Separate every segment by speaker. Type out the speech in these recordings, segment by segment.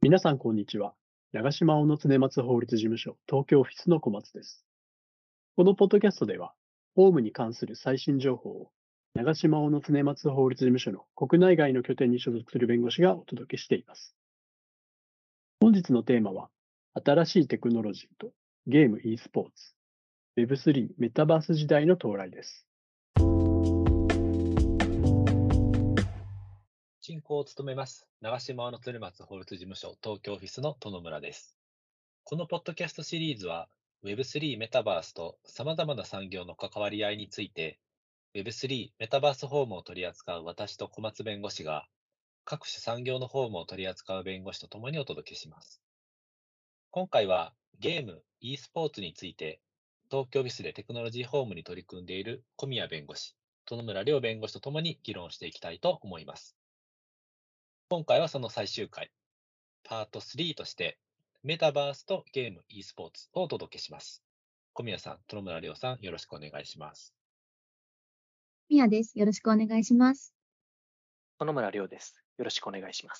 Speaker 1: 皆さん、こんにちは。長島小野常松法律事務所東京オフィスの小松です。このポッドキャストでは、法務に関する最新情報を長島小野常松法律事務所の国内外の拠点に所属する弁護士がお届けしています。本日のテーマは、新しいテクノロジーとゲーム e スポーツ、Web3 メタバース時代の到来です。
Speaker 2: 進行を務めます。長島の鶴松法律事務所東京オフィスの殿村です。このポッドキャストシリーズは Web3 メタバースと様々な産業の関わり合いについて Web3 メタバース法務を取り扱う私と小松弁護士が各種産業の法務を取り扱う弁護士とともにお届けします。今回はゲーム e スポーツについて東京オフィスでテクノロジー法務に取り組んでいる小宮弁護士、殿村亮弁護士とともに議論していきたいと思います。今回はその最終回、パート3として、メタバースとゲーム e スポーツをお届けします。小宮さん、殿村亮さん、よろしくお願いします。
Speaker 3: みやです。よろしくお願いします。
Speaker 4: 野村亮です。よろしくお願いします。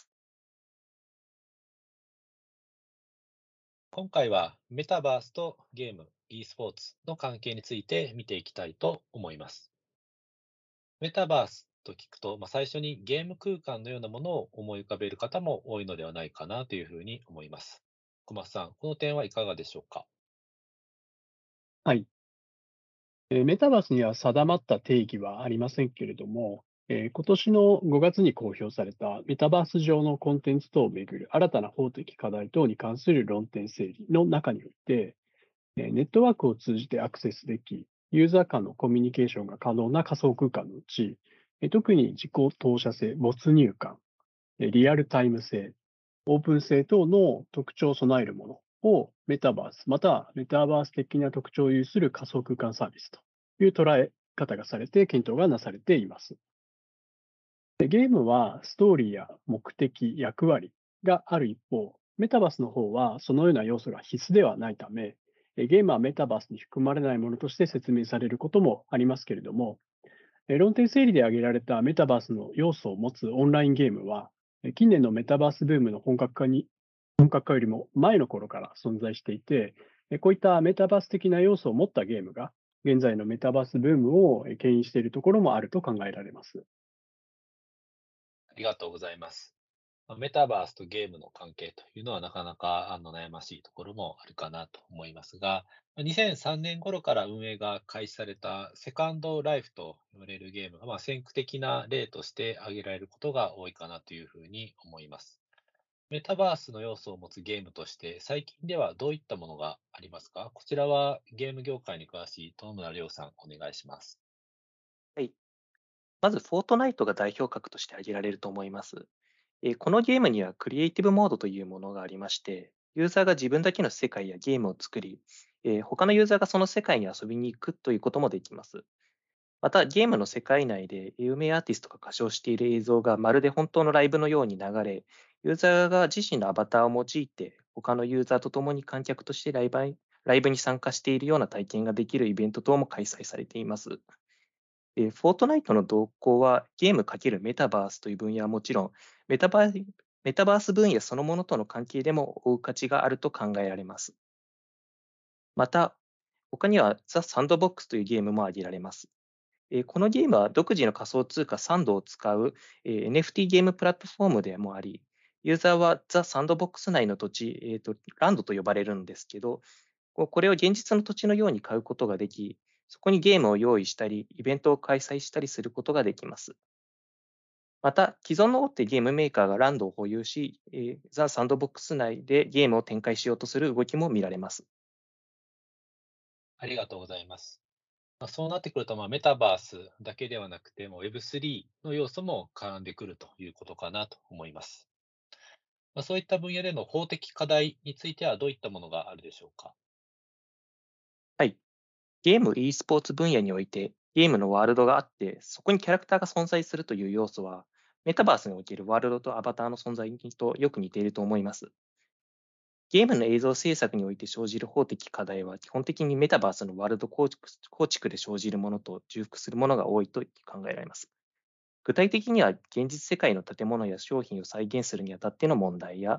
Speaker 2: 今回はメタバースとゲーム e スポーツの関係について見ていきたいと思います。メタバースと聞くと、最初にゲーム空間のようなものを思い浮かべる方も多いのではないかなというふうに思います。小松さん、この点はいかがでしょうか。
Speaker 1: はい。メタバースには定まった定義はありませんけれども、今年の5月に公表されたメタバース上のコンテンツ等をめぐる新たな法的課題等に関する論点整理の中において、ネットワークを通じてアクセスでき、ユーザー間のコミュニケーションが可能な仮想空間のうち、特に自己投射性、没入感、リアルタイム性、オープン性等の特徴を備えるものをメタバース、またはメタバース的な特徴を有する仮想空間サービスという捉え方がされて検討がなされています。ゲームはストーリーや目的、役割がある一方、メタバースの方はそのような要素が必須ではないため、ゲームはメタバースに含まれないものとして説明されることもありますけれども、論点整理で挙げられたメタバースの要素を持つオンラインゲームは、近年のメタバースブームの本格化よりも前の頃から存在していて、こういったメタバース的な要素を持ったゲームが、現在のメタバースブームを牽引しているところもあると考えられます。
Speaker 2: ありがとうございます。メタバースとゲームの関係というのはなかなか悩ましいところもあるかなと思いますが、2003年頃から運営が開始されたセカンドライフと言われるゲームが、先駆的な例として挙げられることが多いかなというふうに思います。メタバースの要素を持つゲームとして、最近ではどういったものがありますか？こちらはゲーム業界に詳しい友村亮さん、お願いします。
Speaker 4: はい。まず、フォートナイトが代表格として挙げられると思います。このゲームにはクリエイティブモードというものがありまして、ユーザーが自分だけの世界やゲームを作り、他のユーザーがその世界に遊びに行くということもできます。また、ゲームの世界内で有名アーティストが歌唱している映像がまるで本当のライブのように流れ、ユーザーが自身のアバターを用いて、他のユーザーと共に観客としてライブに参加しているような体験ができるイベント等も開催されています。フォートナイトの動向はゲーム×メタバースという分野はもちろん、メタバーメタバース分野そのものとの関係でも追う価値があると考えられます。また、他にはザ・サンドボックスというゲームも挙げられます。このゲームは独自の仮想通貨サンドを使うNFT ゲームプラットフォームでもあり、ユーザーはザ・サンドボックス内の土地、ランドと呼ばれるんですけど、これを現実の土地のように買うことができ、そこにゲームを用意したり、イベントを開催したりすることができます。また、既存の大手ゲームメーカーがランドを保有し、ザ・サンドボックス内でゲームを展開しようとする動きも見られます。
Speaker 2: ありがとうございます。そうなってくると、メタバースだけではなくて、Web3 の要素も絡んでくるということかなと思います。そういった分野での法的課題についてはどういったものがあるでしょうか。
Speaker 4: はい。ゲーム e スポーツ分野において、ゲームのワールドがあって、そこにキャラクターが存在するという要素は、メタバースにおけるワールドとアバターの存在とよく似ていると思います。ゲームの映像制作において生じる法的課題は、基本的にメタバースのワールド構築で生じるものと重複するものが多いと考えられます。具体的には、現実世界の建物や商品を再現するにあたっての問題や、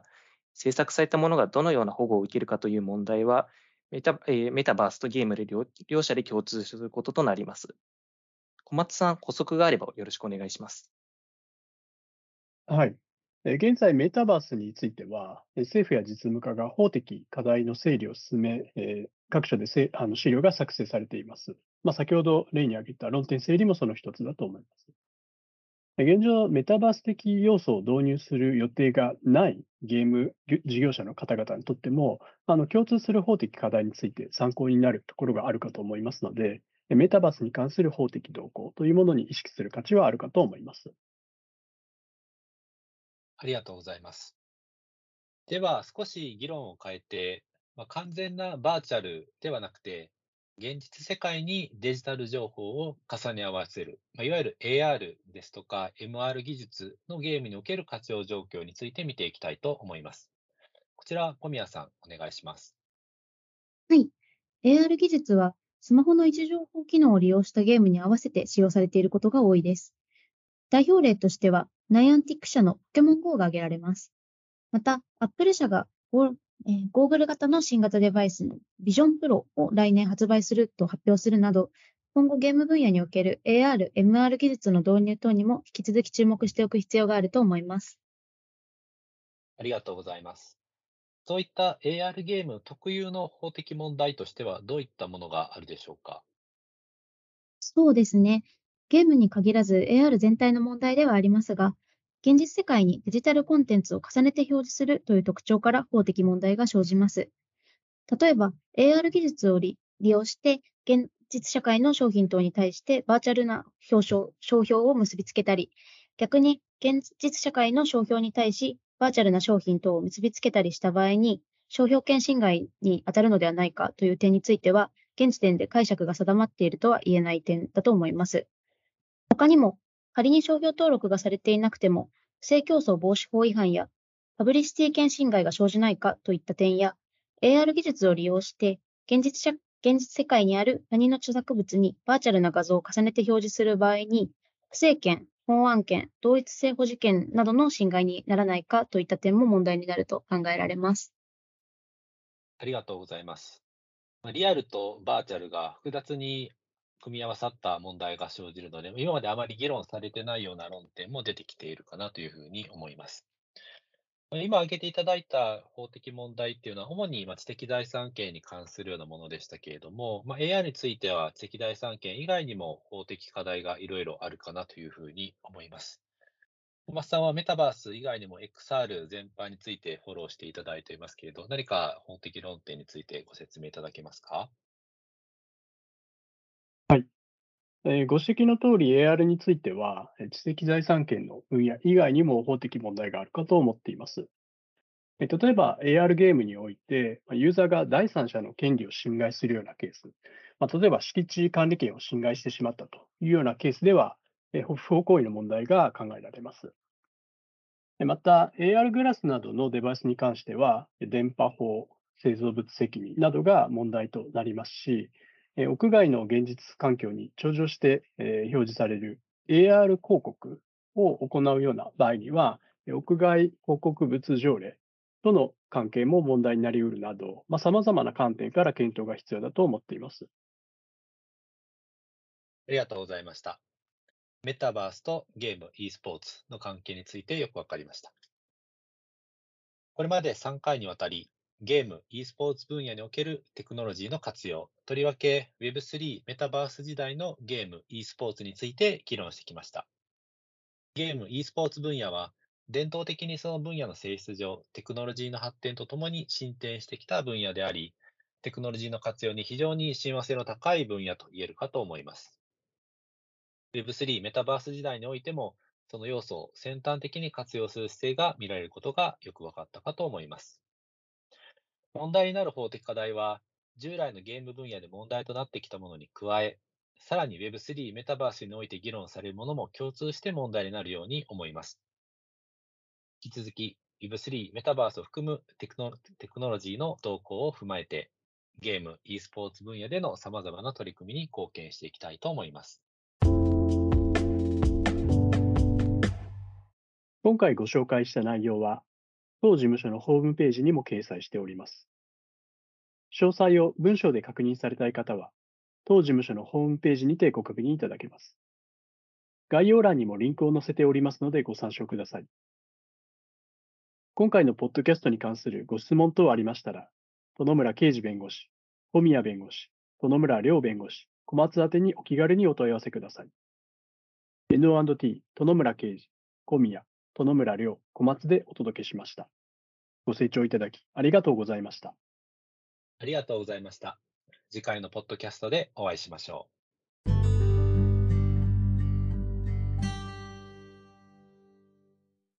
Speaker 4: 制作されたものがどのような保護を受けるかという問題は、メタバースとゲームで両者で共通することとなります。小松さん、補足があればよろしくお願いします。
Speaker 1: はい。現在、メタバースについては、政府や実務家が法的課題の整理を進め、各所で資料が作成されています。先ほど例に挙げた論点整理もその一つだと思います。現状、メタバース的要素を導入する予定がないゲーム事業者の方々にとっても、共通する法的課題について参考になるところがあるかと思いますので、メタバースに関する法的動向というものに意識する価値はあるかと思います。
Speaker 2: ありがとうございます。では、少し議論を変えて、完全なバーチャルではなくて、現実世界にデジタル情報を重ね合わせる、いわゆる AR ですとか MR 技術のゲームにおける活用状況について見ていきたいと思います。こちら、小宮さん、お願いします。
Speaker 3: はい。AR 技術は、スマホの位置情報機能を利用したゲームに合わせて使用されていることが多いです。代表例としては、ナイアンティック社のポケモン GO が挙げられます。また、Apple 社がゴーグル型の新型デバイスの Vision Pro を来年発売すると発表するなど、今後ゲーム分野における AR、MR 技術の導入等にも引き続き注目しておく必要があると思います。
Speaker 2: ありがとうございます。そういった AR ゲーム特有の法的問題としては、どういったものがあるでしょうか。
Speaker 3: そうですね。ゲームに限らず AR 全体の問題ではありますが、現実世界にデジタルコンテンツを重ねて表示するという特徴から法的問題が生じます。例えば、AR 技術を利用して、現実社会の商品等に対してバーチャルな商標を結びつけたり、逆に現実社会の商標に対し、バーチャルな商品等を結びつけたりした場合に、商標権侵害に当たるのではないかという点については、現時点で解釈が定まっているとは言えない点だと思います。他にも、仮に商標登録がされていなくても、不正競争防止法違反やパブリシティ権侵害が生じないかといった点や、AR 技術を利用して、現実世界にある何の著作物にバーチャルな画像を重ねて表示する場合に、不正権、本案権、同一性保持権などの侵害にならないかといった点も問題になると考えられます。
Speaker 2: ありがとうございます。リアルとバーチャルが複雑に組み合わさった問題が生じるので、今まであまり議論されてないような論点も出てきているかなというふうに思います。今挙げていただいた法的問題っていうのは、主に知的財産権に関するようなものでしたけれども、AI については知的財産権以外にも法的課題がいろいろあるかなというふうに思います。小松さんはメタバース以外にも XR 全般についてフォローしていただいていますけれど、何か法的論点についてご説明いただけますか？
Speaker 1: ご指摘の通り AR については、知的財産権の分野以外にも法的問題があるかと思っています。例えば AR ゲームにおいて、ユーザーが第三者の権利を侵害するようなケース、例えば敷地管理権を侵害してしまったというようなケースでは、不法行為の問題が考えられます。また、AR グラスなどのデバイスに関しては、電波法、製造物責任などが問題となりますし、屋外の現実環境に頂上して表示される AR 広告を行うような場合には、屋外広告物条例との関係も問題になり得るなど、様々な観点から検討が必要だと思っています。
Speaker 2: ありがとうございました。メタバースとゲーム、e スポーツの関係についてよくわかりました。これまで3回にわたり、ゲーム、e スポーツ分野におけるテクノロジーの活用、とりわけ Web3 メタバース時代のゲーム、e スポーツについて議論してきました。ゲーム、e スポーツ分野は、伝統的にその分野の性質上、テクノロジーの発展とともに進展してきた分野であり、テクノロジーの活用に非常に親和性の高い分野と言えるかと思います。Web3 メタバース時代においても、その要素を先端的に活用する姿勢が見られることがよく分かったかと思います。問題になる法的課題は、従来のゲーム分野で問題となってきたものに加え、さらに Web3 メタバースにおいて議論されるものも共通して問題になるように思います。引き続き Web3 メタバースを含むテクノロジーの動向を踏まえて、ゲーム、e スポーツ分野での様々な取り組みに貢献していきたいと思います。
Speaker 1: 今回ご紹介した内容は、 当事務所のホームページにも掲載しております。詳細を文章で確認されたい方は、当事務所のホームページにてご確認いただけます。概要欄にもリンクを載せておりますのでご参照ください。今回のポッドキャストに関するご質問等ありましたら、殿村啓二弁護士、小宮弁護士、殿村亮弁護士、小松宛てにお気軽にお問い合わせください。N&T、殿村啓二、小宮、殿村亮、小松でお届けしました。ご清聴いただきありがとうございました。
Speaker 2: ありがとうございました。次回のポッドキャストでお会いしましょう。